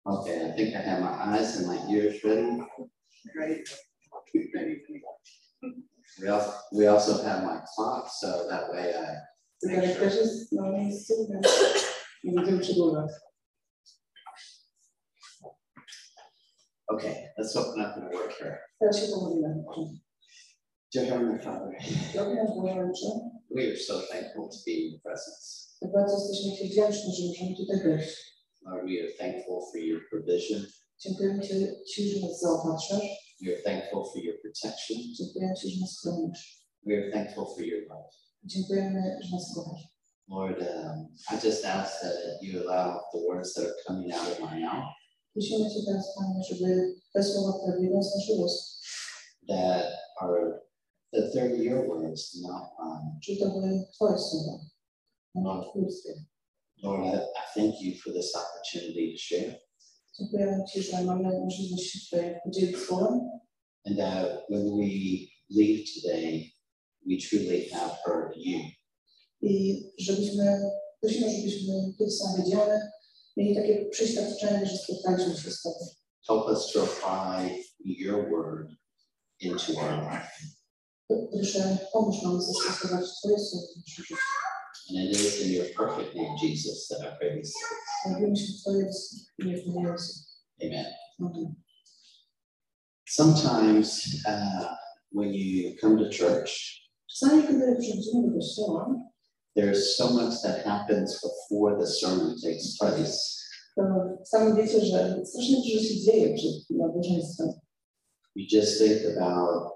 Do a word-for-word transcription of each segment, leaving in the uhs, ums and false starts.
Okay, I think I have my eyes and my ears ready. Ready. Ready. We also, we also have my clock, so that way I make sure. Okay, let's open up and work here. Dear Heavenly Father, we are so thankful to be in your presence. Lord, we are thankful for your provision. Dziękujemy Ci, że nas zaopatrzasz. We are thankful for your protection. Dziękujemy Ci, że nas chronisz. We are thankful for your love. Dziękujemy, że nas kochasz. Lord, um, I just ask that you allow the words that are coming out of my mouth. Prosimy Cię teraz, Panie, żeby te słowa, które wyjdą z naszych ust, that are that they're your words, not mine. Czy to były Twoje słowa, not ludzkie. Lord, I, I thank you for this opportunity to share. Dziękujemy Ci, że mamy możliwość się tutaj podzielić słowem. And that when we leave today, we truly have heard you. I żebyśmy, prosimy, żebyśmy, kiedy są wiedziane, mieli takie przeświadczenie, że spotkaliśmy się z Tobą. Help us to apply your word into our life. Proszę, pomóż nam zastosować Twoje słowo w naszym życiu. And it is in your perfect name, Jesus, that I pray these things. Amen. Amen. Sometimes uh, when you come to church, there's so much that happens before the sermon takes place. Sami wiecie, że strasznie dużo się dzieje przed nabożeństwem. You just think about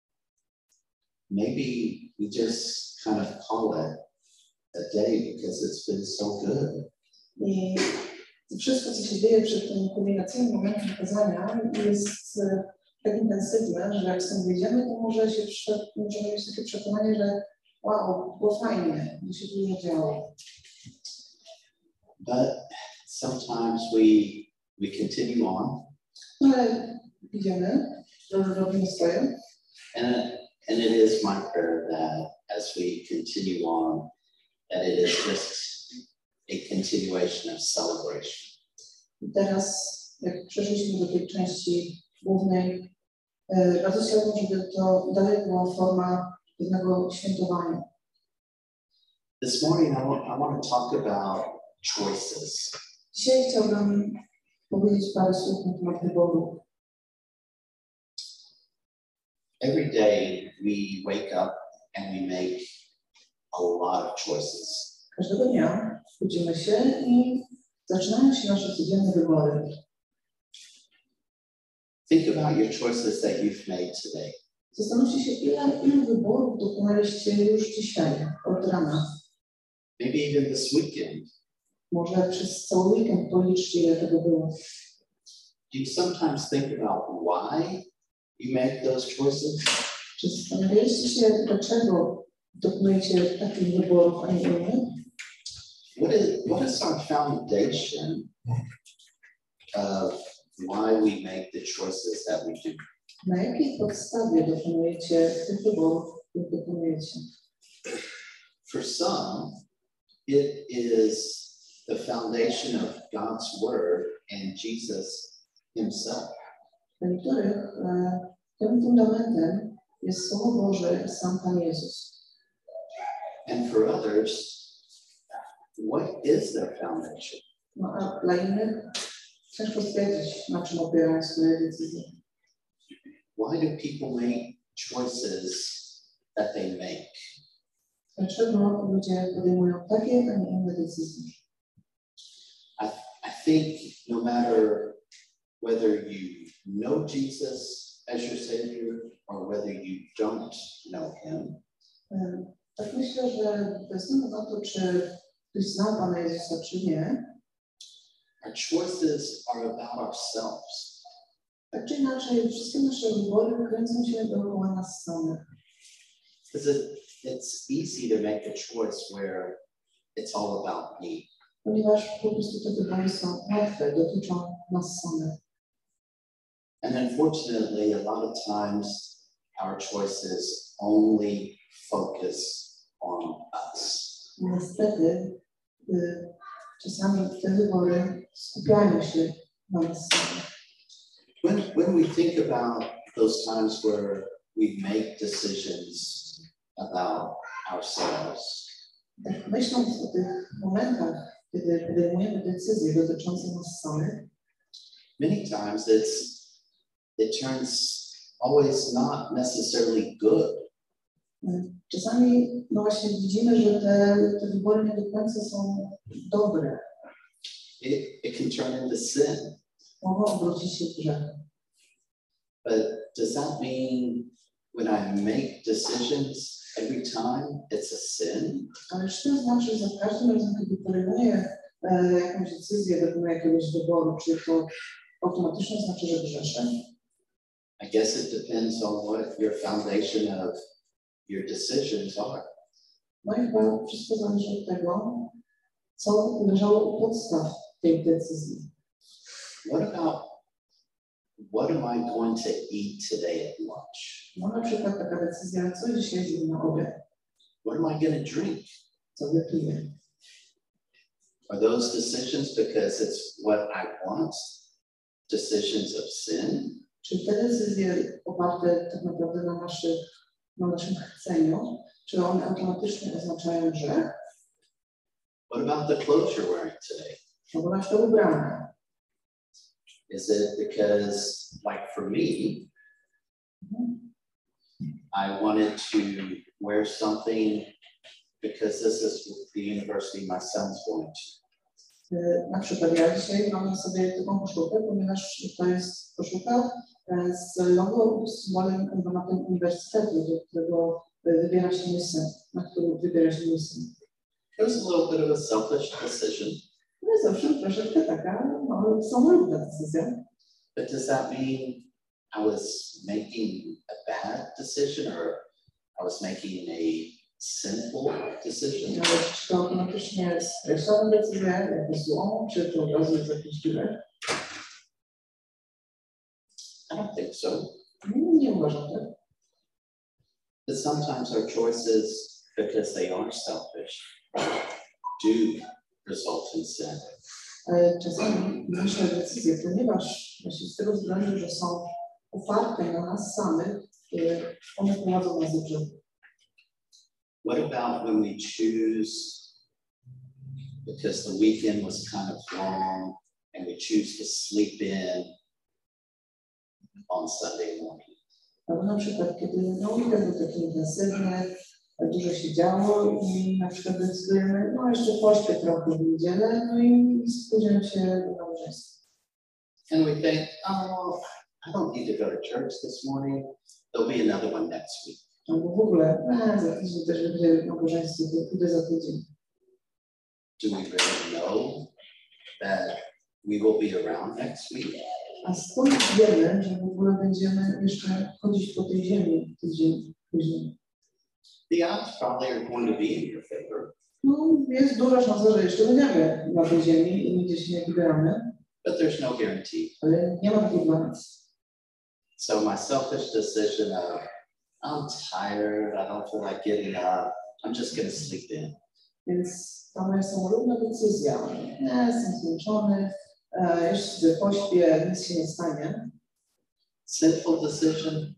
maybe we just kind of call it a day because it's been so good. I wszystko, co się dzieje przed tym kulminacyjnym momentem kazania, jest tak intensywne, że jak stąd wyjdziemy, to może się, możemy mieć takie przekonanie, że wow, było fajnie, że się dużo działo. But sometimes we we continue on. No ale idziemy, robimy swoje. And, and it is my prayer that as we continue on, that it is just a continuation of celebration. I teraz, jak przeszliśmy do tej części głównej, bardzo chciałbym, żeby to dalej była forma pewnego świętowania. This morning I want, I want to talk about choices. Dzisiaj chciałbym powiedzieć parę słów na temat wyboru. Every day we wake up and we make a lot of choices. Każdego dnia budzimy się i zaczynają się nasze codzienne wybory. Think about your choices that you've made today. Zastanówcie się, ile, ile wyborów dokonaliście już dzisiaj, od rana. Maybe even this weekend. Może przez cały weekend policzcie, ile tego było. Do you sometimes think about why you make those choices? Czy zastanawialiście się, dlaczego dokonujecie takich wyborów, a nie innych? What is, what is our foundation of why we make the choices that we do? Na jakiej podstawie dokonujecie tych wyborów, których dokonujecie? For some, it is the foundation of God's word and Jesus himself. Dla niektórych e, tym fundamentem jest Słowo Boże i sam Pan Jezus. And for others, what is their foundation? No a dla innych ciężko stwierdzić, na czym opierają swoje decyzje. Why do people make choices that they make? Dlaczego ludzie podejmują takie, a nie inne decyzje? I, I think no matter whether you know Jesus as your Savior or whether you don't know Him, Um, tak myślę, że bez względu na to, czy ktoś znał Pana Jezusa, czy nie, our choices are about ourselves. tak czy inaczej, wszystkie nasze wybory kręcą się dookoła nas samych. Because it, it's easy to make a choice where it's all about me. Ponieważ po prostu te wybory są łatwe, dotyczą nas samych. And unfortunately, a lot of times our choices only focus on us. Niestety, y, czasami te wybory skupiają się na nas samych. When, when we think about those times where we make decisions about ourselves, Tak myśląc o tych momentach, kiedy podejmujemy decyzje dotyczące nas samych, many times it's it turns always not necessarily good. Czasami no właśnie widzimy, że te, te wybory nie do końca są dobre. It, it can turn into sin. Mogą obrócić się w grzech. But does that mean when I make decisions every time it's a sin? Ale czy to znaczy, że za każdym razem, kiedy podejmuję e, jakąś decyzję, dokonuję jakiegoś wyboru, czy to automatycznie znaczy, że grzeszę? I guess it depends on what your foundation of your decisions are. No i chyba wszystko zależy od tego, co leżało u podstaw tej decyzji. What about what am I going to eat today at lunch? No na przykład taka decyzja, co dzisiaj zjem na obiad? What am I going to drink? Co wypiję? Are those decisions because it's what I want? Decisions of sin? Czy te decyzje oparte tak naprawdę na, naszych, na naszym chceniu, czy one automatycznie oznaczają grzech? What about the clothes you're wearing today? No bo na przykład ubrania. Is it because, like for me, Mhm. I wanted to wear something because this is the university my son's going to? Y, Na przykład ja dzisiaj mam na sobie taką koszulkę, ponieważ to jest koszulka e, z logo symbolem emblematem uniwersytetu, do którego e, wybiera się mój syn, na który wybiera się mój syn. It was a little bit of a selfish decision. To jest zawsze troszeczkę taka no, samolubna decyzja. But does that mean I was making a bad decision or I was making a sinful decision? Ale czy to automatycznie skreśla decyzję jako złą, czy to od razu jest jakiś grzech? I don't think so. Nie, nie uważam tak. But sometimes our choices, because they are selfish, do result in sin. Ale czasami nasze decyzje, ponieważ właśnie z tego względu, że są oparte na nas samych, y, one prowadzą nas do grzechu. What about when we choose, because the weekend was kind of long, and we choose to sleep in on Sunday morning? Albo na przykład, kiedy no, weekend był taki intensywny, dużo się działo i na przykład decydujemy, no jeszcze pośpię trochę w niedzielę, no i spóźniam się do nabożeństwa. And we think, oh, I don't need to go to church this morning. There'll be another one next week. Albo w ogóle, a za tydzień też będzie nabożeństwo, to pójdę za tydzień. Do we really know that we will be around next week? A skąd wiemy, że w ogóle będziemy jeszcze chodzić po tej ziemi tydzień później? The odds probably are going to be in your favor. No, jest duża szansa, że jeszcze będziemy na tej ziemi i nigdzie się nie wybieramy, But there's no guarantee. ale nie ma takiej gwarancji. So my selfish decision of, I'm tired, I don't feel like getting up, I'm just going to sleep in. Więc ta moja samolubna decyzja, nie, jestem zmęczony, e, jeszcze pośpię, nic się nie stanie. Sinful decision?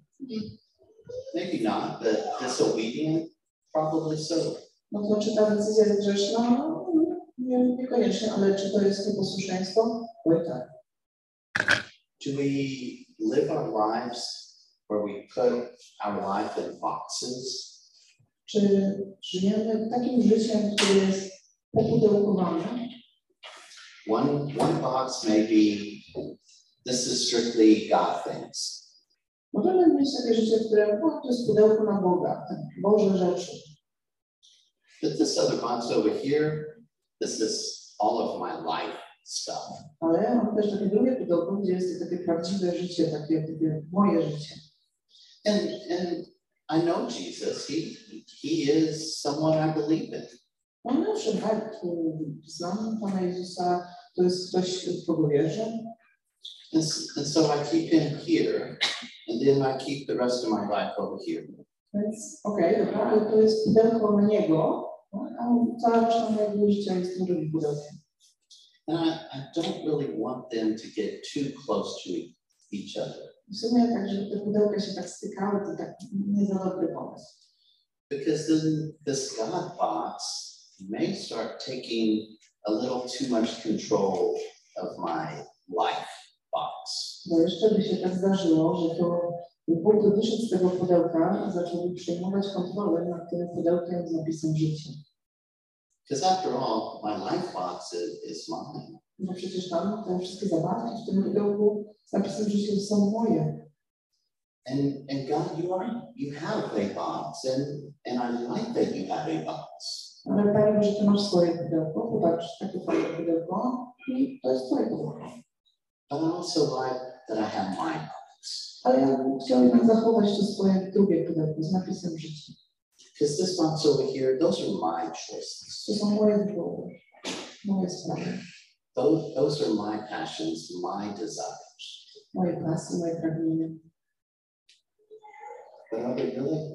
Maybe not, but disobedient? Probably so. No to czy ta decyzja jest grzeszna? No, nie, niekoniecznie, ale czy to jest nieposłuszeństwo? Oj tak. Do we live our lives where we put our life in boxes? Czy żyjemy takim życiem, które jest popudełkowane? One, one box may be, this is strictly God things. Możemy mieć takie życie, które no, to jest pudełko na Boga, tak, Boże rzeczy. But this other box over here, this is all of my life stuff. Ale mam też takie drugie pudełko, gdzie jest to takie prawdziwe życie, takie, takie moje życie. And, and I know Jesus, he, he is someone I believe in. No owszem, tak, znam Pana Jezusa, to jest ktoś, w kogo wierzę. And, and so I keep him here, and then I keep the rest of my life over here. Więc okej, okay, dobra, ale to jest pudełko na Niego, no, a cała reszta mojego życia jest tym drugim pudełkiem. And I, I don't really want them to get too close to each other. W sumie tak, żeby te pudełka się tak stykały, to tak nie za dobry pomysł. Because then this God box may start taking a little too much control of my life box. Bo jeszcze by się tak zdarzyło, że to Bóg by wyszedł z tego pudełka i zacząłby przejmować kontrolę nad tym pudełkiem z napisem życie. Because after all, my life box is, is mine. No przecież tam te wszystkie zabawki w tym pudełku z napisem życie są moje. And, and God, you are, you have a box, and, and I like that you have a box. Ale Panie, że Ty masz swoje pudełko, popatrz, takie fajne pudełko i to jest Twoje pudełko. But I also like that I have my box. Ale ja bym chciał jednak zachować to swoje drugie pudełko z napisem życie. Because this box over here, those are my choices. To są moje wybory, moje sprawy, Those, those are my passions, my desires. moje pasje, moje pragnienia. But are they really?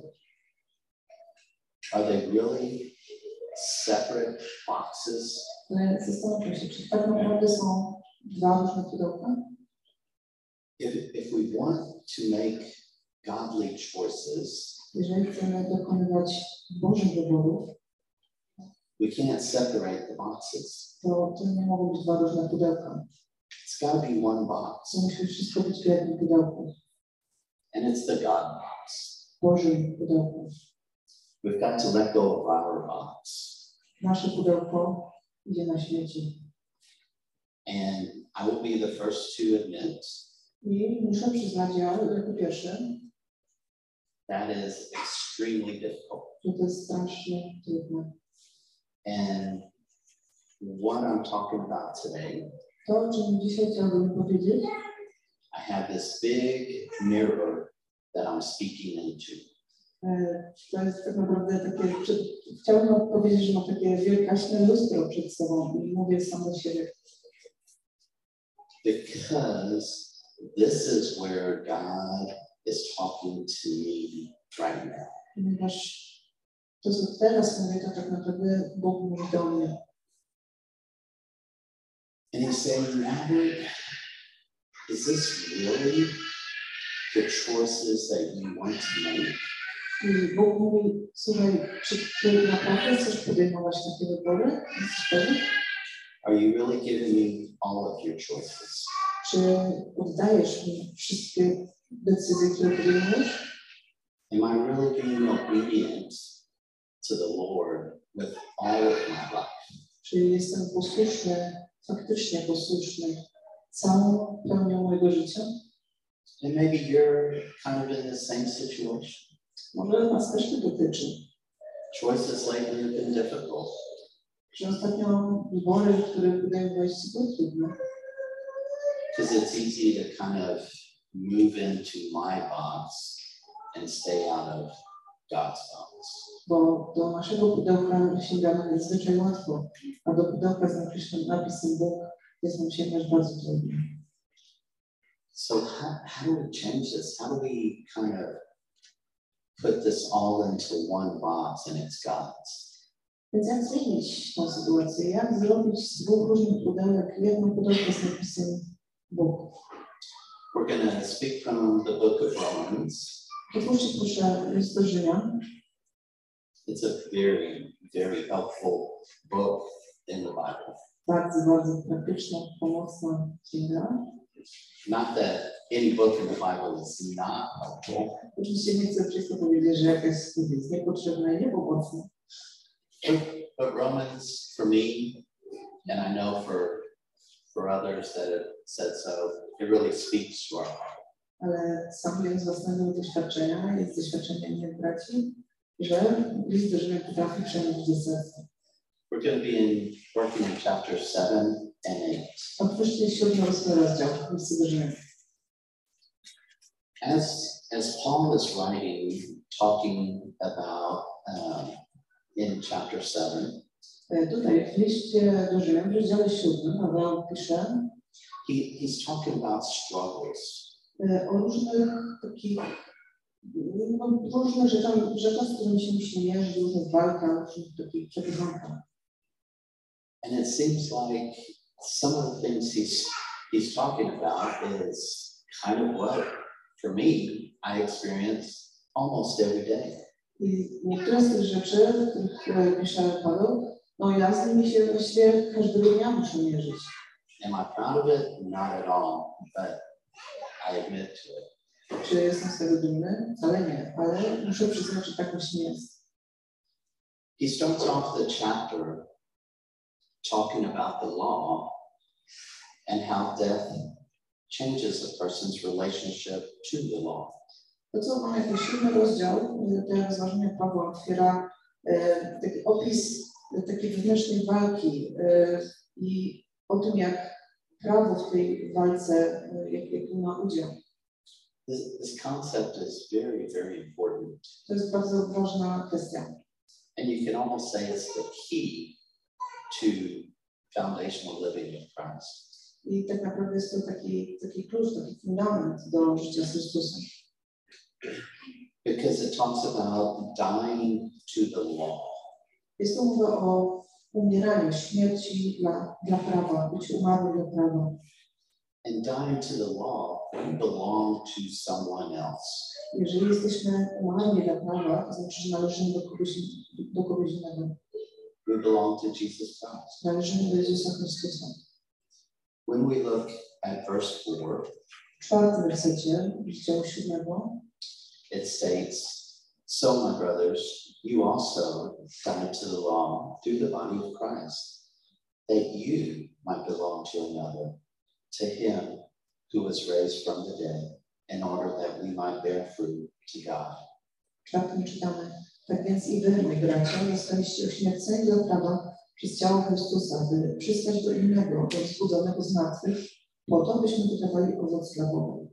Are they really separate boxes? Ale zastanówmy się, czy tak naprawdę są dwa różne pudełka? If, if we want to make godly choices, Jeżeli chcemy dokonywać Bożych wyborów, we can't separate the boxes. to to nie mogą być dwa różne pudełka. It's got to be one box, To musi wszystko być w jednym pudełku, and it's the God box. Bożym pudełku. We've got to let go of our box. Nasze pudełko idzie na śmieci. And I will be the first to admit I muszę przyznać, ja jako pierwszy, that is extremely difficult. że to jest strasznie trudne. And what I'm talking about today, To, o czym dzisiaj chciałabym powiedzieć, I have this big mirror that I'm speaking into. e, to jest tak naprawdę takie, przed, chciałabym powiedzieć, że mam takie wielkaśne lustro przed sobą i mówię sam do siebie. Because this is where God is talking to me right now. Ponieważ to, co teraz mówię, to tak naprawdę Bóg mówi do mnie. And he's saying, Robert, is this really the choices that you want to make? I Bóg mówi, słuchaj, czy ty naprawdę chcesz podejmować takie wybory? Jesteś pewien? Are you really giving me all of your choices? Czy oddajesz mi wszystkie decyzje, które podejmujesz? Am I really being obedient to the Lord with all of my life? Czy jestem posłuszny, faktycznie posłuszny całą pełnią mojego życia? And maybe you're kind of in the same situation. Może nas też to dotyczy. Choices lately have been difficult. Że ostatnio wybory, które podejmowałeś, były trudne. Because it's easy to kind of move into my box and stay out of God's box. Bo do naszego pudełka sięgamy niezwyczaj łatwo, a do pudełka z napisem, napisem Bóg jest nam sięgać bardzo trudno. So how, how do we change this? How do we kind of put this all into one box and it's God's? Więc jak zmienić tą sytuację? Jak zrobić z dwóch różnych pudełek jedno pudełko z napisem Bóg? We're going to speak from the book of Romans. Otwórzcie proszę list do Rzymian. It's a very, very helpful book in the Bible. Bardzo, bardzo praktyczna, pomocna księga. Not that any book in the Bible is not helpful, Oczywiście nie chcę wszystko powiedzieć, że jakaś studnia jest niepotrzebna i niepomocna. but, but Romans, for me, and I know for, for others that have said so, it really speaks to our heart. Ale sam wiem z własnego doświadczenia, jest doświadczeniem innych braci, że list do Rzymian potrafi przemówić do serca. We're going to be in, working in chapter seven and eight. Otwórzcie siódmy, ósmy rozdział listu do Rzymian. As, as Paul is writing, talking about um, in chapter seven, E, Tutaj w liście do Rzymian, w rozdziale siódmym, Paweł pisze he, he's talking about struggles. e, o różnych takich, no, różnych rzeczach, rzeczach, z którymi się musi mierzyć, różnych walkach, różnych takich przepychankach. And it seems like some of the things he's he's talking about is kind of what, for me, I experience almost every day. I niektóre z tych rzeczy, które pisze Paweł, no ja z nimi się właściwie każdego dnia muszę mierzyć. Am I proud of it? Not at all, but I admit to it. Czy jestem z tego dumny? Wcale nie, ale muszę przyznać, że tak właśnie jest. He starts off the chapter talking about the law and how death changes a person's relationship to the law. To, co mamy jako siódmy rozdział, te rozważania Pawła otwiera e, taki opis takiej wewnętrznej walki e, i o tym, jak prawo w tej walce, e, jak, jak ma udział. This, this concept is very, very important. To jest bardzo ważna kwestia. And you can almost say it's the key to foundational living with Christ. I tak naprawdę jest to taki, taki klucz, taki fundament do życia z Chrystusem. Because it talks about dying to the law. Jest to mowa o umieraniu, śmierci dla, dla prawa, byciu umarłym dla prawa. And dying to the law, we belong to someone else. Jeżeli jesteśmy umarli dla prawa, to znaczy, że należymy do kogoś, do kogoś innego. We belong to Jesus Christ. Należymy do Jezusa Chrystusa. When we look at verse four, W czwartym wersecie rozdziału siódmego it states, "So, my brothers, you also died to the law through the body of Christ, that you might belong to another, to him who was raised from the dead, in order that we might bear fruit to God." W czwartym czytamy: Tak więc i wy, moi bracia, zostaliście ośmierceni dla prawa przez ciało Chrystusa, by przystać do innego, do wzbudzonego z martwych, po to, byśmy wydawali owoc dla Boga.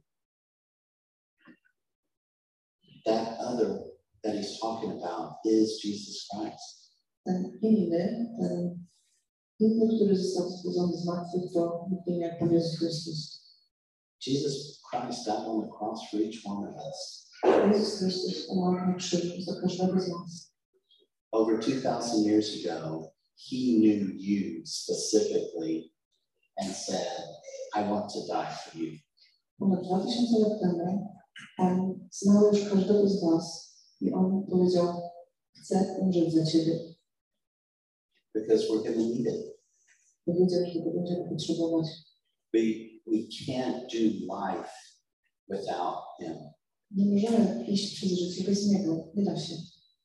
That other that he's talking about is Jesus Christ. Ten inny, ten inny, który został wzbudzony z martwych, to nikt inny jak Pan Jezus Chrystus. Jesus Christ died on the cross for each one of us. Jezus Chrystus umarł na krzyżu za każdego z nas. Over two thousand years ago, he knew you specifically and said, "I want to die for you." Ponad dwa tysiące lat temu On znał już każdego z was i On powiedział: chcę umrzeć za ciebie. Because we're going to need it. Powiedział, że tego będziemy potrzebować. We, we can't do life without him. Nie możemy iść przez życie bez Niego. Nie da się.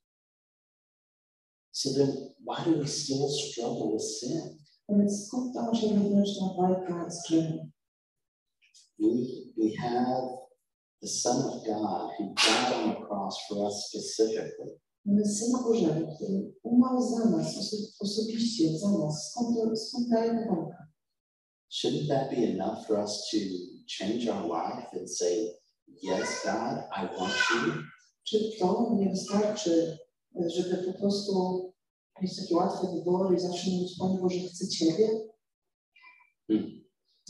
So then, why do we still struggle with sin? A więc skąd ta nasza wewnętrzna walka z grzechem? We, we have the Son of God who died on the cross for us specifically. Mamy Syna Bożego, który umarł za nas, oso osobiście za nas. Skąd, to, skąd ta jego walka? Shouldn't that be enough for us to change our life and say, "Yes, God, I want you"? Czy to nie wystarczy, żeby po prostu mieć takie łatwe wybory i zawsze mówić: Panie Boże, chcę Ciebie? Hmm.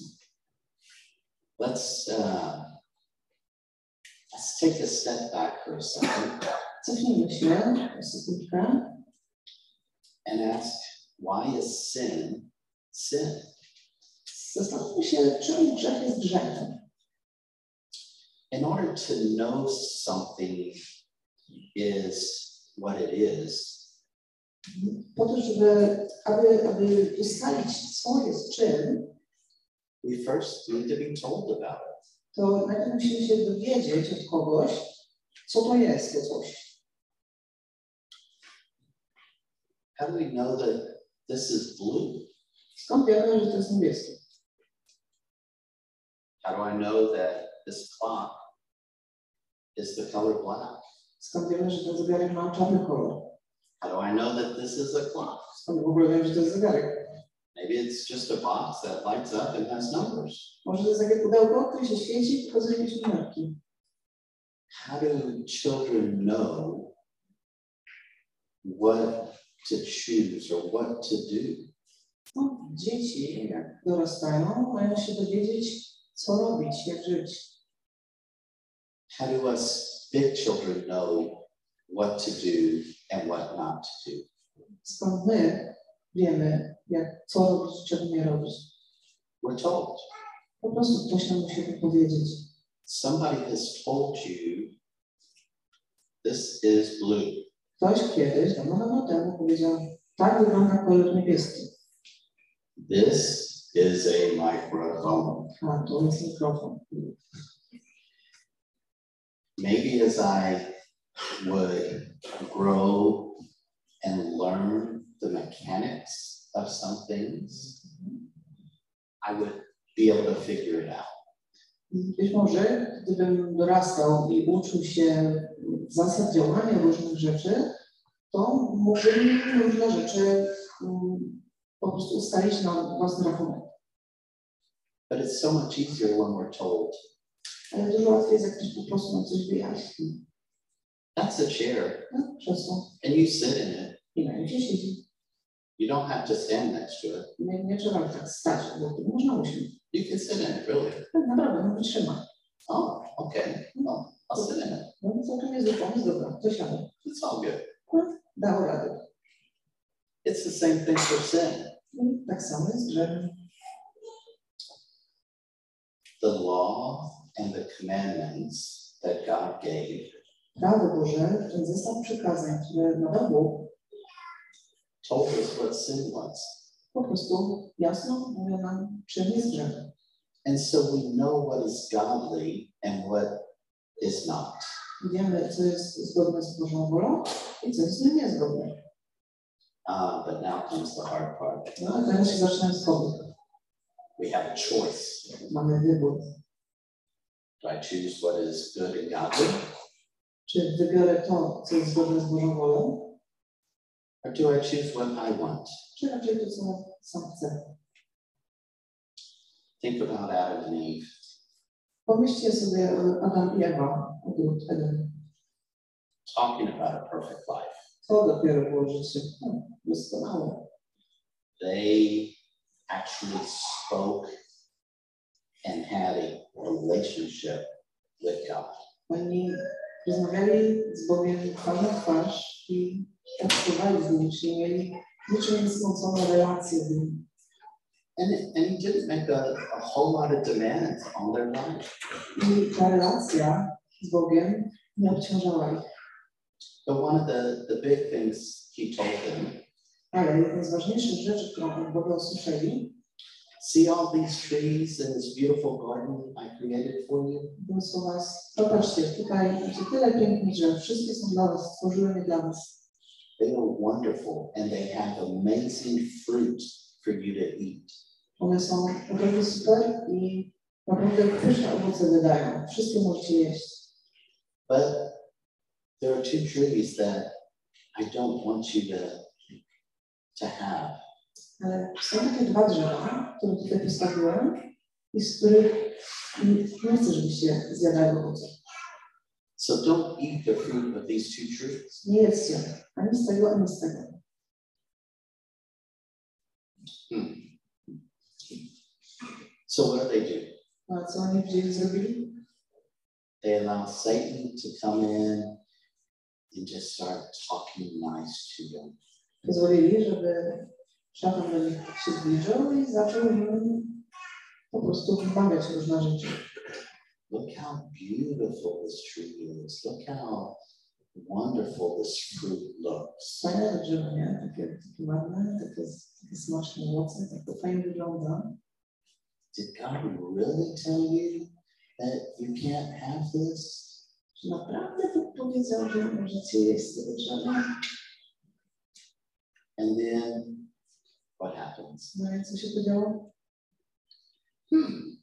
Let's, uh, let's take a step back for a second. Cofnijmy się na sekundkę and ask, why is sin sin? Zastanówmy się, czym grzech jest grzechem. In order to know something is what it is, po to, żeby aby, aby ustalić, co jest czym, we first need to be told about it. To najpierw musimy się dowiedzieć od kogoś, co to jest to coś. How do we know that this is blue? Skąd wiemy, że to jest niebieskie? How do I know that this clock is the color black? Skąd wiemy, że ten zegarek ma czarny kolor? How do I know that this is a clock? Skąd w ogóle wiem, że to jest zegarek? Maybe it's just a box that lights up and has numbers. Może to jest takie pudełko, które się świeci i pokazuje jakieś numerki. How do children know what to choose or what to do? No, dzieci, jak dorastają, mają się dowiedzieć, co robić, jak żyć. How do us big children know what to do and what not to do? Skąd my wiemy, jak, co robić, czego nie robić? We're told. Po prostu ktoś nam musi to powiedzieć. Somebody has told you this is blue. Ktoś kiedyś, dawno, dawno temu powiedział, tak wygląda kolor niebieski. This is a microphone. A to jest mikrofon. Maybe as I would grow and learn the mechanics of some things, I would be able to figure it out. Być może, gdybym dorastał i uczył się zasad działania różnych rzeczy, to mógłbym różne rzeczy um, po prostu ustalić na własny rachunek. But it's so much easier when we're told. Ale dużo łatwiej jest, jak ktoś po prostu nam coś wyjaśni. That's a chair. No, krzesło. And you sit in it. I na nim się siedzi. You don't have to stand next to it. Nie, nie trzeba tak stać, bo to można usiąść. You can sit in it, really. Tak naprawdę, no wytrzyma. Oh, okay. No, I'll sit in it. No więc całkiem jest pomysł, dobra, to siadam. It's all good. No, dało radę. It's the same thing for sin. I tak samo jest grzechem. The law and the commandments that God gave Prawo Boże, ten zestaw przykazań, które nadał Bóg, told us what sin was. po prostu jasno mówią nam, czym jest grzech. And so we know what is godly and what is not. Wiemy, co jest zgodne z Bożą wolą i co jest z nią niezgodne. Uh, but now comes the hard part. No, a teraz się zaczynają schody. We have a choice. Mamy wybór. Do I choose what is good and godly? Czy wybiorę to, co jest zgodne z Bożą wolą, Or do I choose what I want? czy raczej to, co sam chcę? Think about Adam and Eve. Pomyślcie sobie Adam i Ewa, ogród Eden. Talking about a perfect life. To dopiero było życie no, doskonałe. They actually spoke and had a relationship with God. Oni rozmawiali z Bogiem twarzą w twarz i odczuwali z Nim, czyli mieli niczym nieskąconą relację z Nim. And, it, and he didn't make a, a whole lot of demands on their life. I ta relacja z Bogiem nie obciążała ich. But one of the, the big things he told them, Ale jedna z ważniejszych rzeczy, którą od Boga usłyszeli, see all these trees in this beautiful garden I created for you? były słowa, popatrzcie, tutaj macie tyle pięknych drzew, wszystkie są dla was, stworzyłem je dla was. They are wonderful and they have amazing fruit for you to eat. One są naprawdę super i naprawdę pyszne owoce wydają. Wszystkie możecie jeść. But there are two trees that I don't want you to, to have. Ale są takie dwa drzewa, które tutaj postawiłem i z których nie, nie chcę, żebyście zjadali owoce. So don't eat the fruit of these two trees. Nie jedzcie ani z tego, ani z tego. Hmm. So what do they do? A co oni wzięli zrobili? They allow Satan to come in and just start talking nice to them. Pozwolili, żeby szatan do nich się zbliżył i zaczął im po prostu wmawiać różne rzeczy. Look how beautiful this tree is. Look how wonderful this fruit looks. Fajne to drzewo, nie? Takie, takie ładne, takie, takie smaczne owoce, tak to fajnie wygląda. Did God really tell you that you can't have this? Czy naprawdę Bóg powiedział, że możecie jeść z tego drzewa? And then what happens? No więc co się podziało? Hmm.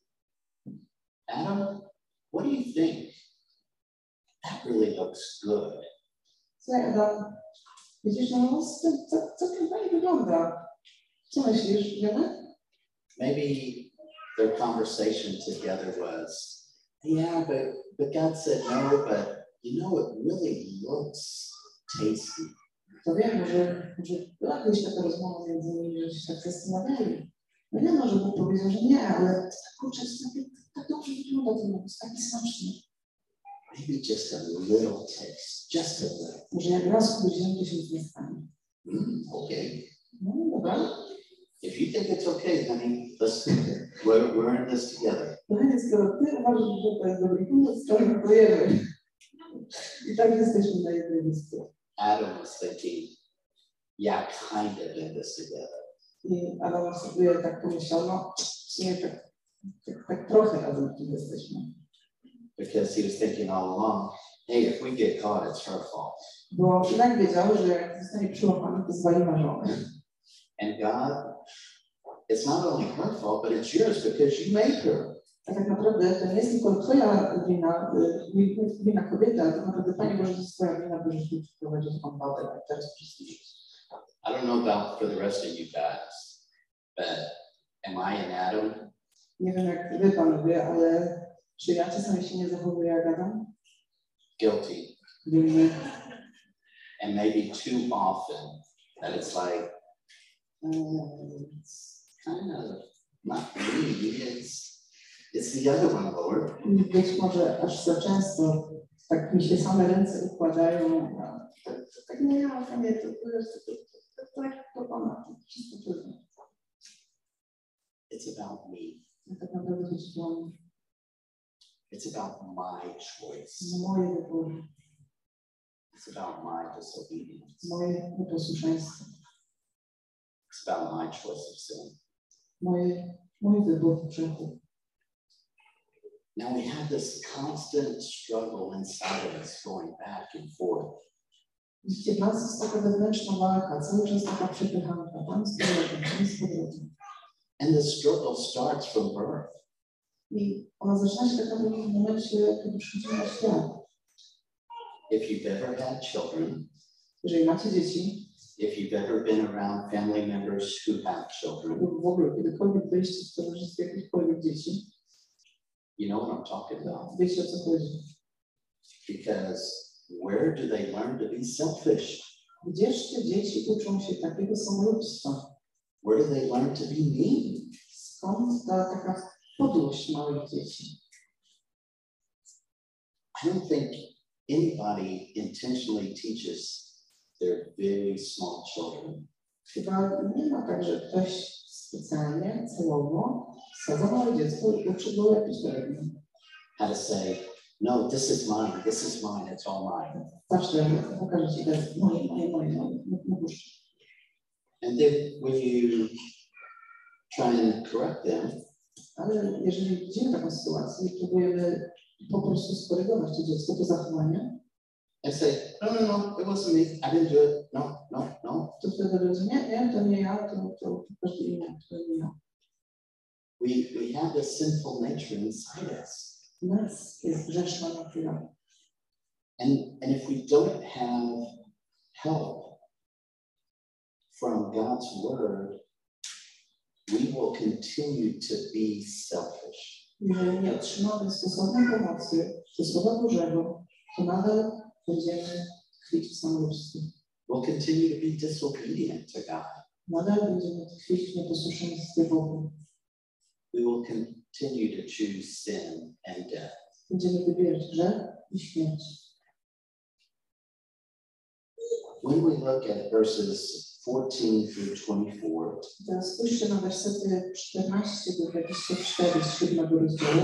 Adam, what do you think? That really looks good. Słuchaj, Adam, widzisz, no co, co to fajnie wygląda. Co myślisz, wiemy? Maybe their conversation together was, yeah, but, but God said no, but you know, it really looks tasty. To wiem, może, może była jakaś taka rozmowa między nimi, że się tak zastanawiali. No nie no, że Bóg powiedział, że nie, ale tak kurczę, tak, tak dobrze wygląda ten obóz, taki smaczny. Maybe just a little taste, just a little. Może jak raz powiedziałem, to się nic nie stanie. Mm, okay. No dobra. If you think it's okay, honey, let's we're, we're in this together. Kochanie, skoro ty uważasz, że to jest dobry pomysł, to próbujemy. I tak jesteśmy na jednej listy. Adam was thinking, yeah, kind of in this together. I Adam sobie tak pomyślał, no w sumie tak, tak, tak trochę razem tu jesteśmy. Because he was thinking all along, hey, if we get caught, it's her fault. Bo tak wiedział, że jak zostanie przyłapany, to zwali żonę. And God, it's not only her fault, but it's yours because you made her. A tak naprawdę to nie jest tylko twoja wina, wina kobiety, ale tak naprawdę Panie Boże, to jest twoja wina, bo żeś mi przyprowadził tą babę, a teraz przysłużyć. I don't know about for the rest of you guys, but am I an Adam? Nie wiem jak wy panowie, ale czy ja czasami się nie zachowuję jak Adam? Guilty. Winny. And maybe too often that it's like, um, it's kind of not me, it's, it's the other one, Lord. Być może aż za często tak mi się same ręce układają, a tak, tak nie ja, to nie, to, to jest to, to, to, tak to Pana, to wszystko trudno. It's about me. A tak naprawdę chodzi o mnie. It's about my choice. Moje wybory. It's about my disobedience. Moje nieposłuszeństwo. It's about my choice of sin. Moje, mój wybór grzechu. Now we have this constant struggle inside of us going back and forth. Widzicie, w nas jest taka wewnętrzna walka, cały czas taka przepychanka, tam z powrotem, tam z powrotem. And the struggle starts from birth. I ona zaczyna się tak naprawdę w momencie, kiedy przychodzimy na świat. If you've ever had children, jeżeli macie dzieci, if you've ever been around family members who have children, lub w ogóle kiedykolwiek byliście w towarzystwie jakichkolwiek dzieci, you know what I'm talking about. Wiecie, o co chodzi. Because where do they learn to be selfish? Gdzież te dzieci uczą się takiego samolubstwa? Where do they learn to be mean? Skąd ta taka podłość małych dzieci? I don't think anybody intentionally teaches their very small children. Chyba nie ma tak, że ktoś specjalnie, celowo sadza małe dziecko i uczy go lepić do robienia. How to say, no, this is mine, this is mine, it's all mine. Zawsze pokażę ci, to jest moje, moje, moje, moje, nie puszczę. And then when you try and correct them, ale jeżeli widzimy taką sytuację i próbujemy po prostu skorygować to dziecko, to zachowanie, and say, no, no, no, it wasn't me, I didn't do it, no, no, no. To wtedy rozumie, nie, to nie ja, to, to każdy inny, to nie ja. We, we have this sinful nature inside us. W nas jest grzeszna natura. And, and if we don't have help from God's word, we will continue to be selfish. Jeżeli nie otrzymamy stosownej pomocy ze Słowa Bożego, to nadal będziemy tkwić w samolubstwie. We'll continue to be disobedient to God. Nadal będziemy tkwić w nieposłuszeństwie Bogu. We will continue to choose sin and death. Będziemy wybierać grzech i śmierć. When we look at verses fourteen through twenty-four, teraz spójrzcie na wersety czternaście do dwudziestu czterech z siódmego rozdziału.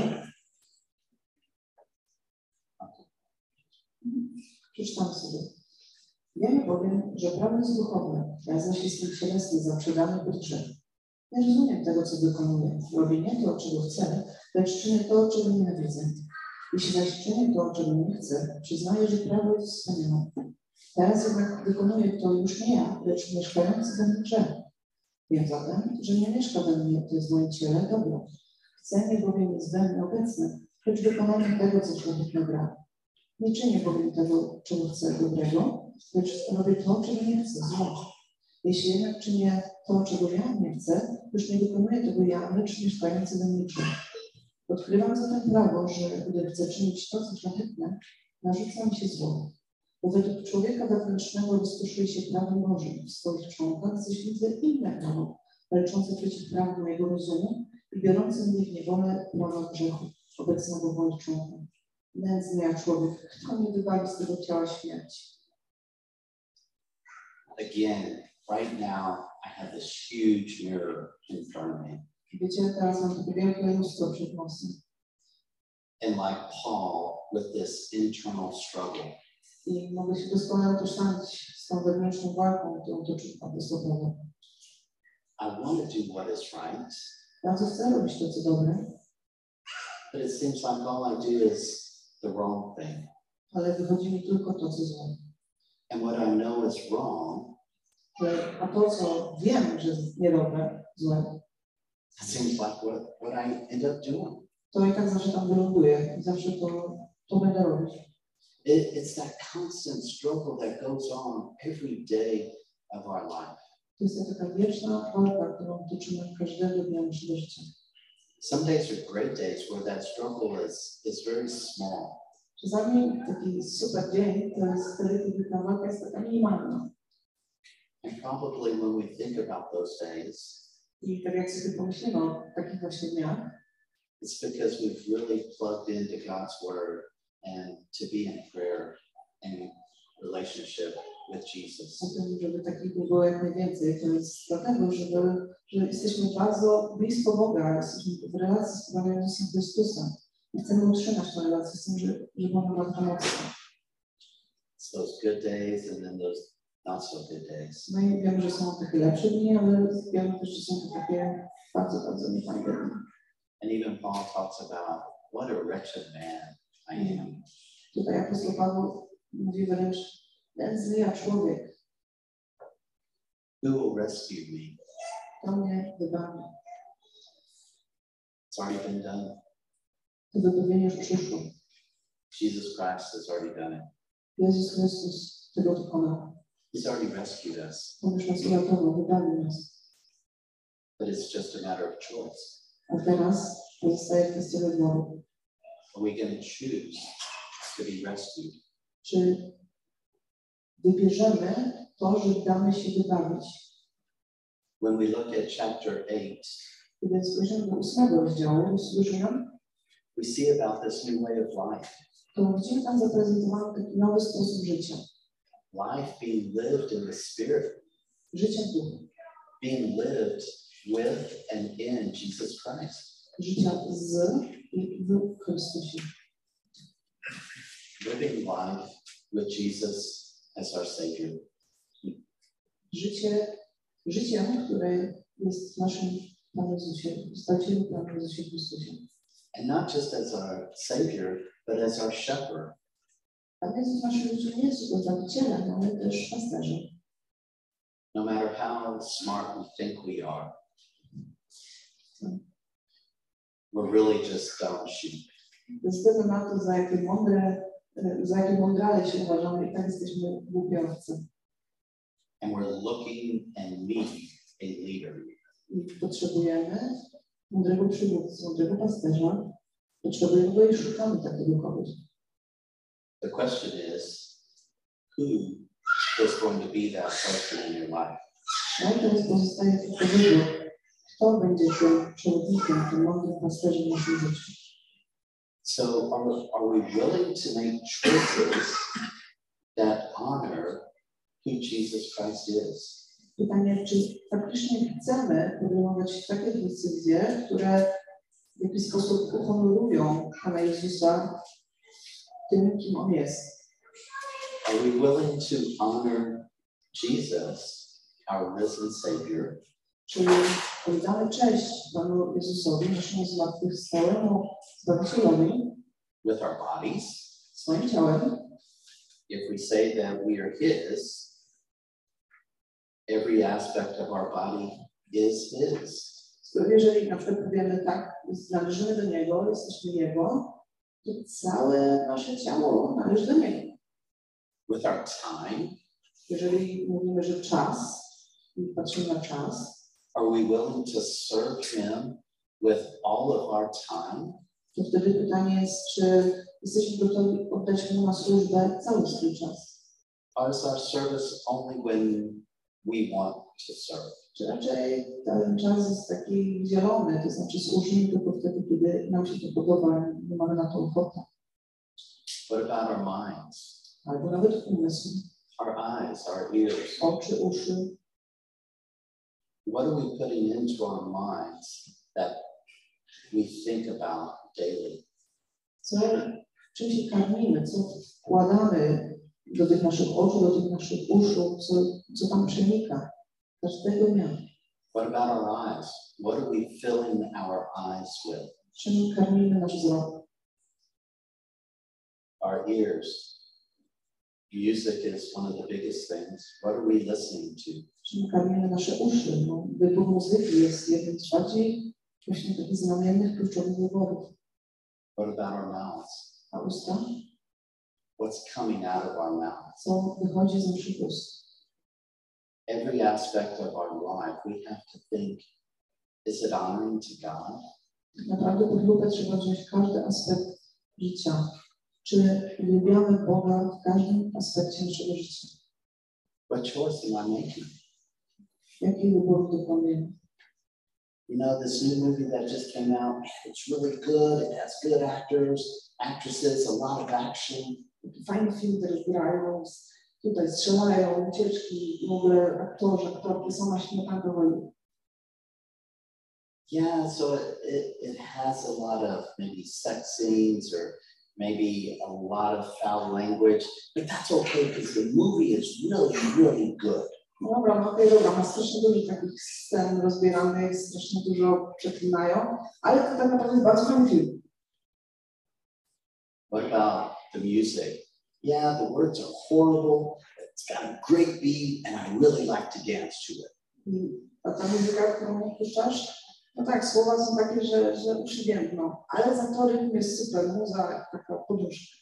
Przeczytam sobie. Wiemy bowiem, że prawo jest duchowe, ja zaś jestem cielesny, zaprzedany pod grzech. Nie rozumiem tego, co wykonuję. Robię nie to, czego chcę, lecz czynię to, czego nienawidzę. Jeśli zaś czynię to, czego nie chcę, przyznaję, że prawo jest wspaniałe. Teraz jednak wykonuję to już nie ja, lecz mieszkający we mnie grzech. Wiem zatem, że nie mieszka we mnie, to jest w moim ciele dobro. Chcenie bowiem jest we mnie obecne, lecz wykonanie tego, co człowiek nagra. Nie czynię bowiem tego, czego chcę dobrego, lecz robię to, czego nie chcę, zło. Jeśli jednak czynię to, czego ja nie chcę, już nie wykonuję tego ja, lecz mieszkający we mnie grzech. Odkrywam zatem prawo, że gdy chcę czynić to, co szlachetne, narzuca mi się zło. Bo według człowieka wewnętrznego rozkoszuje się prawem Bożym w swoich członkach, zaś widzę inne prawo, walczące przeciw prawu mojego rozumu i biorące mnie w niewolę prawa grzechu, obecnego w moich członkach. Nędzny jak człowiek, kto mnie wywali z tego ciała śmierci? Again, right now, I have this huge mirror in front of me. Wiecie, teraz mam takie wielkie lustro przed nosem. And like Paul, with this internal struggle. I mogę się doskonale utożsamić z tą wewnętrzną walką, którą toczy apostoł Paweł. I want to do what is right. Bardzo chcę robić to, co dobre. But it seems like all I do is the wrong thing. Ale wychodzi mi tylko to, co złe. And what I know is wrong, a to, co wiem, że jest niedobre, złe, it seems like what, what I end up doing. To i tak zawsze tam wyląduję i zawsze to, to będę robić. It, it's that constant struggle that goes on every day of our life. To jest taka wieczna walka, którą toczymy każdego dnia naszego życia. Some days are great days where that struggle is, is very small. Czasami taki super dzień to jest wtedy, kiedy ta walka jest taka minimalna. And probably when we think about those days, I tak jak sobie pomyślimy o takich właśnie dniach, it's because we've really plugged into God's word and to be in prayer and relationship with Jesus. O tym, żeby takich było jak najwięcej, to jest dlatego, żeby, że jesteśmy bardzo blisko Boga, jesteśmy w relacji z Panem Jezusem Chrystusem i chcemy utrzymać tę relację z tym, że, że Bóg ma to mocno. It's those good days and then those not so good days. No i wiemy, że są takie lepsze dni, ale wiemy też, że są to takie bardzo, bardzo niefajne dni. And even Paul talks about what a wretched man I am. Tutaj apostoł Paweł mówi wręcz, nędzny ja człowiek. Who will rescue me? To mnie wybawi. It's already been done. To wybawienie już przyszło. Jesus Christ has already done it. Jezus Chrystus tego dokonał. He's already rescued us. On już nas uratował, wybawił nas. But it's just a matter of choice. A teraz pozostaje kwestia wyboru. Are we going to choose to be rescued? Czy wybierzemy to, że damy się wybawić? When we look at chapter eight, Kiedy spojrzymy do ósmego rozdziału, usłyszymy, we see about this new way of life. to widzimy tam zaprezentowany taki nowy sposób życia. Life being lived in the Spirit. Życie w duchu. Being lived with and in Jesus Christ. Życia z i w Chrystusie. Living life with Jesus as our Savior. Życie, życiem, które jest naszym Panem Jezusie, Zbawicielu Panem Jezusie Chrystusie. And not just as our Savior, but as our shepherd. Pan Jezus w naszym życiu nie jest tylko Zbawicielem, ale też pasterzem. No matter how smart we think we are, we're really just dumb sheep. Bez względu na to, za jakie mądre, za jakie mądrale się uważamy, i tak jesteśmy głupiowcy. And we're looking and needing a leader. I potrzebujemy mądrego przywódcy, mądrego pasterza. Potrzebujemy go i szukamy takiego kogoś. The question is, who is going to be that person in your life? No i teraz pozostaje tylko wybór, kto będzie tym przewodnikiem, tym mądrym pasterzem w naszym życiu. So are, are we willing to make choices that honor who Jesus Christ is? Pytanie, czy faktycznie chcemy podejmować takie decyzje, które w jakiś sposób uhonorują Pana Jezusa tym, kim On jest. Are we willing to honor Jesus, our risen Savior? Czyli oddamy cześć Panu Jezusowi, naszemu zmartwychwstałemu Zbawicielowi, with our bodies? swoim ciałem. If we say that we are His, every aspect of our body is His. Skoro jeżeli na przykład powiemy tak, należymy do Niego, jesteśmy Jego, to całe nasze ciało należy do Niego. With our time? Jeżeli mówimy, że czas, i patrzymy na czas, are we willing to serve Him with all of our time? To wtedy pytanie jest, czy jesteśmy gotowi oddać Mu na służbę cały swój czas? Or is our service only when we want to serve? Czy raczej ten czas jest taki zielony, to znaczy służymy tylko wtedy, kiedy nam się to podoba i nie mamy na to ochotę. What about our minds? Albo nawet umysł, Our eyes, our ears? oczy, uszy. what are we putting into our minds that we think about daily? Co, czym się karmimy, co wkładamy do tych naszych oczu, do tych naszych uszu, co, co tam przenika każdego dnia. What about our eyes? What are we filling our eyes with? Czym karmimy nasz wzrok? Our ears. Music is one of the biggest things. What are we listening to? Czym karmimy nasze uszy? No, wybór muzyki jest jednym z bardziej właśnie takich znamiennych, kluczowych wyborów. What about our mouths? A usta? What's coming out of our mouth? Co wychodzi z naszych ust? Every aspect of our life, we have to think, is it honoring to God? Tak naprawdę pod lupę trzeba wziąć każdy aspekt życia. Czy uwielbiamy Boga w każdym aspekcie naszego życia? What choice am I making? Jaki wybór dokonujemy? You know, this new movie that just came out, it's really good. It has good actors, actresses, a lot of action. Fajny film, który grają, tutaj strzelają, ucieczki, w ogóle aktorzy, aktorki, sama śmietanka woli. Yeah, so it, it, it has a lot of maybe sex scenes or maybe a lot of foul language, but that's okay because the movie is really, really good. No dobra, no okej, dobra, ma strasznie dużo takich scen rozbieranych, strasznie dużo przeklinają, ale to tak naprawdę jest bardzo fajny film. What about the music? Yeah, the words are horrible. It's got a great beat and I really like to dance to it. I a ta muzyka, którą puszczasz, no tak, słowa są takie, że, że uszy więdną, ale za to rytm jest super, muza, taka poduszka.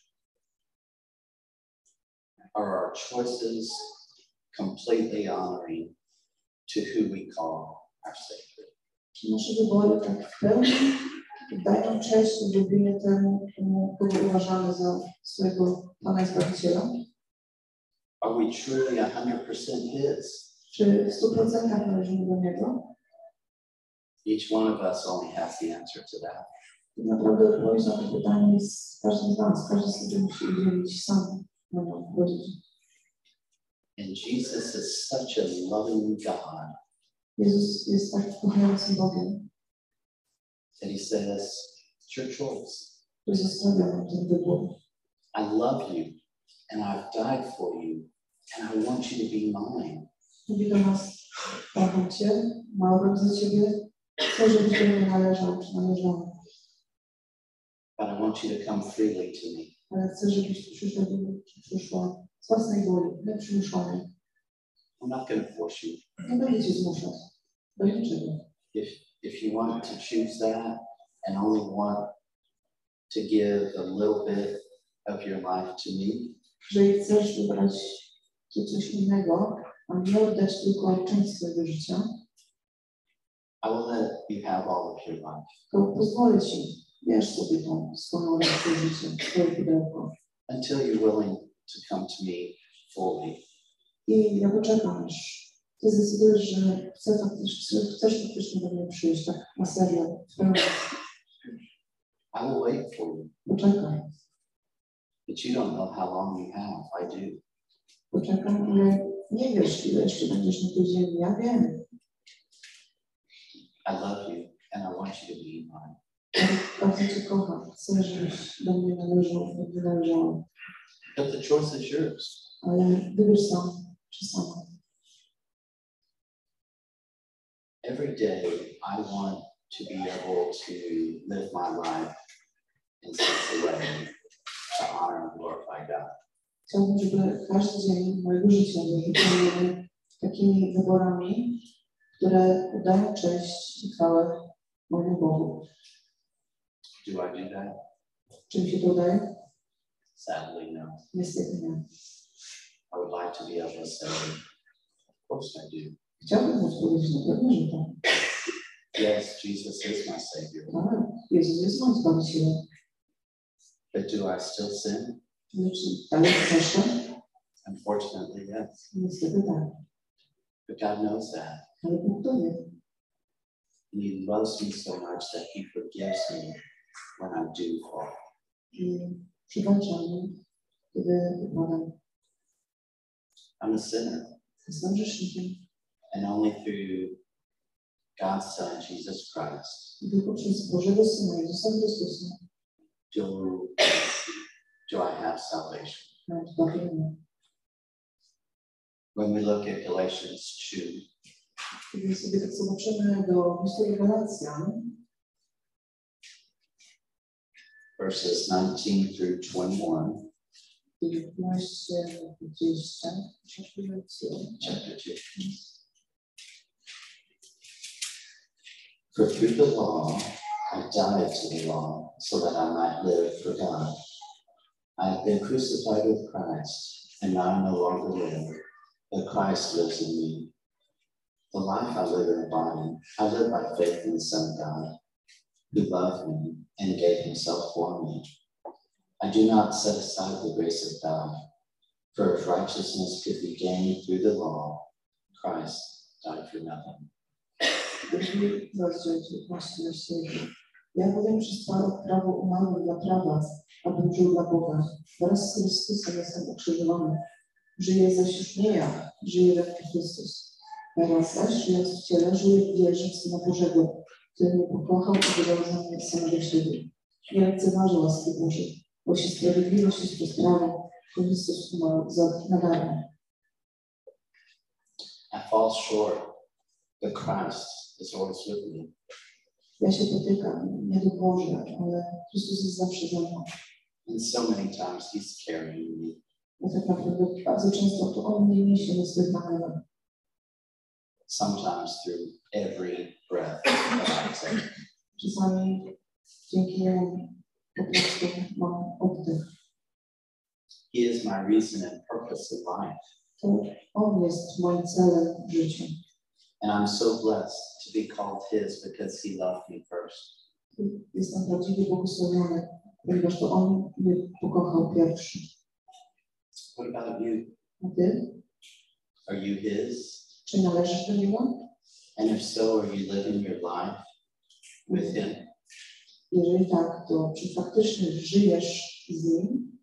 Are our choices completely honoring to who we call our Savior? Czy nasze wybory tak w pełni dają cześć i lubienie temu, kogo uważamy za swojego Pana i Zbawiciela? Are we truly one hundred percent His? Czy w stu procentach należymy do Niego? Each one of us only has the answer to that. I naprawdę odpowiedź na to pytanie jest każdy z nas, każdy sobie musi udzielić sam na to odpowiedzieć. And Jesus is such a loving God. Jezus jest tak kochającym Bogiem, that He says, it's your choice. że zostawia nam ten wybór. I love you and I've died for you and I want you to be mine. Mówi do nas, kocham Cię, małym za Ciebie, chcę, żebyś do mnie należał, czy należała. But I want you to come freely to me. Ale chcę, żebyś przyszedł, czy przyszła z własnej woli, nieprzymuszony. I'm not going to force you. Nie będę Cię zmuszać do niczego. If, if you want to choose that and only want to give a little bit of your life to me, Jeżeli chcesz wybrać tu coś innego, a nie oddać tylko część swojego życia, I will let you have all of your life. to pozwolę Ci, bierz sobie tą swoją resztę życia, swoje pudełko. Until you're willing to come to me fully. I ja poczekam, aż Ty zdecydujesz, że chcesz faktycznie, chcesz faktycznie do mnie przyjść, tak na serio, w pełni. I will wait for you. Poczekaj, But you don't know how long you have. I do. poczekam, ale nie wiesz, ile jeszcze będziesz na tej ziemi. Ja wiem. I love you and I want you to be mine. Ja bardzo Cię kocham. Chcę, żebyś do mnie należał, do mnie należała. But the choice is yours. Ale wybierz sam, czy sama. Every day I want to be able to live my life in such a way to honor and glorify God. Chciałbym, żeby każdy dzień mojego życia był wypełniony takimi wyborami, które oddają cześć i chwałę mojemu Bogu. Do I do that? Czy mi się to udaje? Sadly, no. Niestety nie. I would like to be able to say, of course I do. Chciałbym móc powiedzieć na pewno, że tak. Yes, Jesus is my Savior. Tak, Jezus jest moim Zbawicielem. But do I still sin? Ale czy dalej grzeszę? Unfortunately, yes. Niestety tak. But God knows that. Ale Bóg to wie. And He loves me so much that He forgives me when I do fall. I przebacza mi, kiedy upadam. I'm a sinner. Jestem grzesznikiem. And only through God's Son, Jesus Christ, I tylko przez Bożego Syna Jezusa Chrystusa do, do I have salvation. mam zbawienie. When we look at Galatians two, Kiedy sobie tak zobaczymy do listu do Galacjan, verses nineteen through twenty-one, dziewiętnaście dwadzieścia, chapter two. For through the law, I died to the law so that I might live for God. I have been crucified with Christ, and now I no longer live, but Christ lives in me. The life I live in the body, I live by faith in the Son of God, who loved me and gave himself for me. I do not set aside the grace of God, for if righteousness could be gained through the law, Christ died for nothing. Drugi rozdział dziewiętnaście na siedem. Ja bowiem przez prawo umarłem dla prawa, abym żył dla Boga. Wraz z Chrystusem jestem ukrzyżowany. Żyję zaś już nie ja, żyje we mnie Chrystus. Teraz zaś, żyjąc w ciele, żyję w wierze w Syna Bożego, który mnie pokochał i wydał za mnie samego siebie. Nie lekceważę łaski Bożej, bo się sprawiedliwość jest przez prawo, Chrystus umarł za na darmo. I fall short, but Christ is always with me. Ja się potykam, nie dowożę, ale Chrystus jest zawsze ze mną. And so many times he's carrying me. Bo tak naprawdę bardzo często to On mnie niesie na swych ramionach. Sometimes through every breath that I take. Czasami dzięki Niemu po prostu mam oddech. He is my reason and purpose in life. To On jest moim celem w życiu. And I'm so blessed to be called his because he loved me first. Jestem prawdziwie błogosławiony, ponieważ to On mnie pokochał pierwszy. What about you? A Ty? Are you his? Czy należysz do Niego? And if so, are you living your life with him? Jeżeli tak, to czy faktycznie żyjesz z Nim?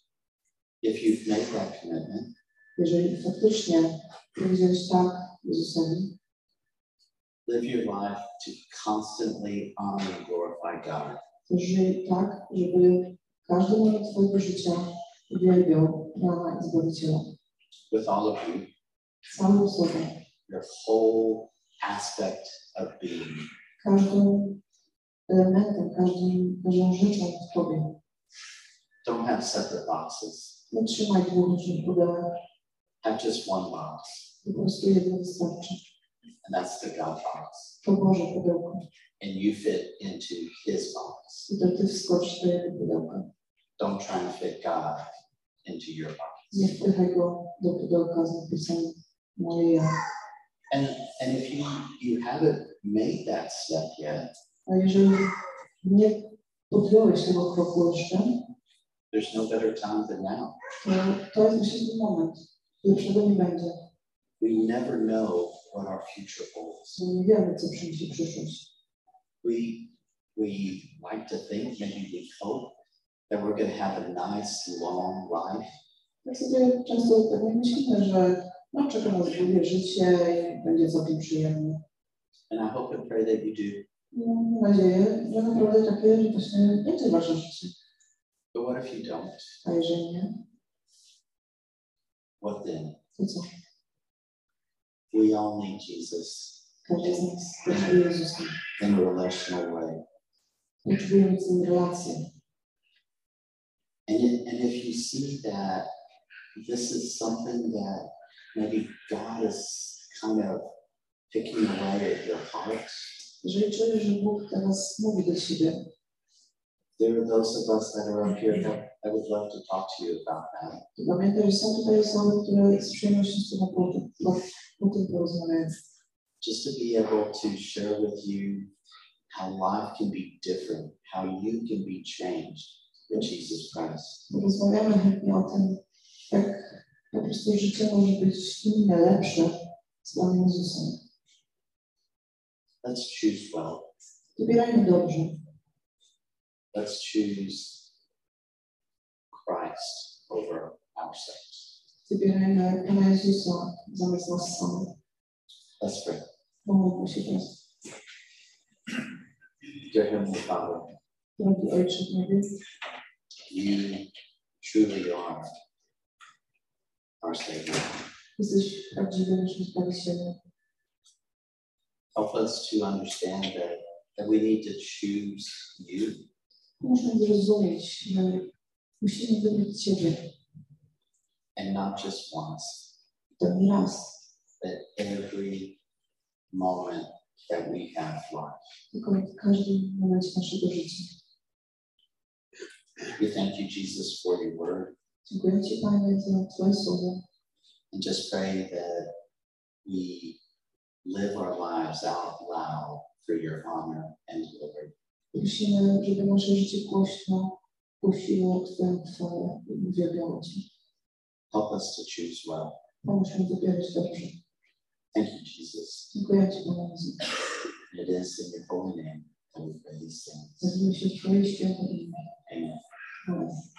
If you've made that commitment, Jeżeli faktycznie powiedziałeś tak Jezusowi, live your life to constantly honor and glorify God. to żyj tak, żeby każdy moment Twojego życia uwielbiał Pana i Zbawiciela. With all of you, Całą osobą, your whole aspect of being. każdym elementem, każdym, każdą rzeczą w Tobie. Don't have separate boxes. Nie trzymaj dwóch różnych pudełek, Have just one box, po prostu jedno wystarczy. and that's the God box. To Boże pudełko. And you fit into his box. I to Ty wskocz do jego pudełka. Don't try and fit God into your box. Nie wpychaj go do pudełka z napisem moje ja. And, and if you, you haven't made that step yet, A jeżeli nie podjąłeś tego kroku jeszcze, there's no better time than now. to to jest właśnie ten moment. Lepszego nie będzie. We never know what our future holds. Bo nie wiemy, co przyniesie przyszłość. We, we like to think, maybe we hope, that we're going to have a nice, long life. Tak sobie często tak myślimy, że no, czeka nas długie życie i będzie całkiem przyjemne. And I hope and pray that you do. No, mam nadzieję, że naprawdę takie, że właśnie będzie wasze życie. But what if you don't? A jeżeli nie, What then? to co? We all need Jesus Każdy z nas potrzebuje Jezusa. in a relational way. Potrzebujemy z nim relację. And, it, and if you see that this is something that maybe God is kind of picking away at your heart, Jeżeli czujesz, że Bóg teraz mówi do ciebie, there are those of us that are up here that I would love to talk to you about that. to pamiętaj, że są tutaj osoby, które z przyjemnością z tobą po, po, po tym porozmawiają. Just to be able to share with you how life can be different, how you can be changed in Jesus Christ. Porozmawiamy chętnie o tym, jak po prostu życie może być inne, lepsze z Panem Jezusem. Let's choose well. Wybierajmy dobrze. Let's choose Christ over ourselves. Wybierajmy Pana Jezusa zamiast nas samych. Let's pray. Pomódlmy się teraz. Dear Heavenly Father, Drogi Ojcze w niebie, you truly are our Savior. jesteś prawdziwym naszym Zbawicielem. Help us to understand that, that we need to choose you. Musimy zrozumieć, że musimy wybrać Ciebie. And not just once, To nie raz, but every moment that we have life. tylko w każdym momencie naszego życia. We thank you, Jesus, for your word. Dziękuję Ci, Panie, za Twoje słowo. And just pray that we live our lives out loud for your honor and glory. Prosimy, żeby nasze życie głośno głosiło Twoją chwałę i uwielbiało Cię. Help us to choose well. Pomóż mi wybierać dobrze. Thank you, Jesus. Dziękuję Ci, Panie Jezu. It is in your holy name that we pray these things. Nazwijmy się w Twoje święte imię. Amen. Amen.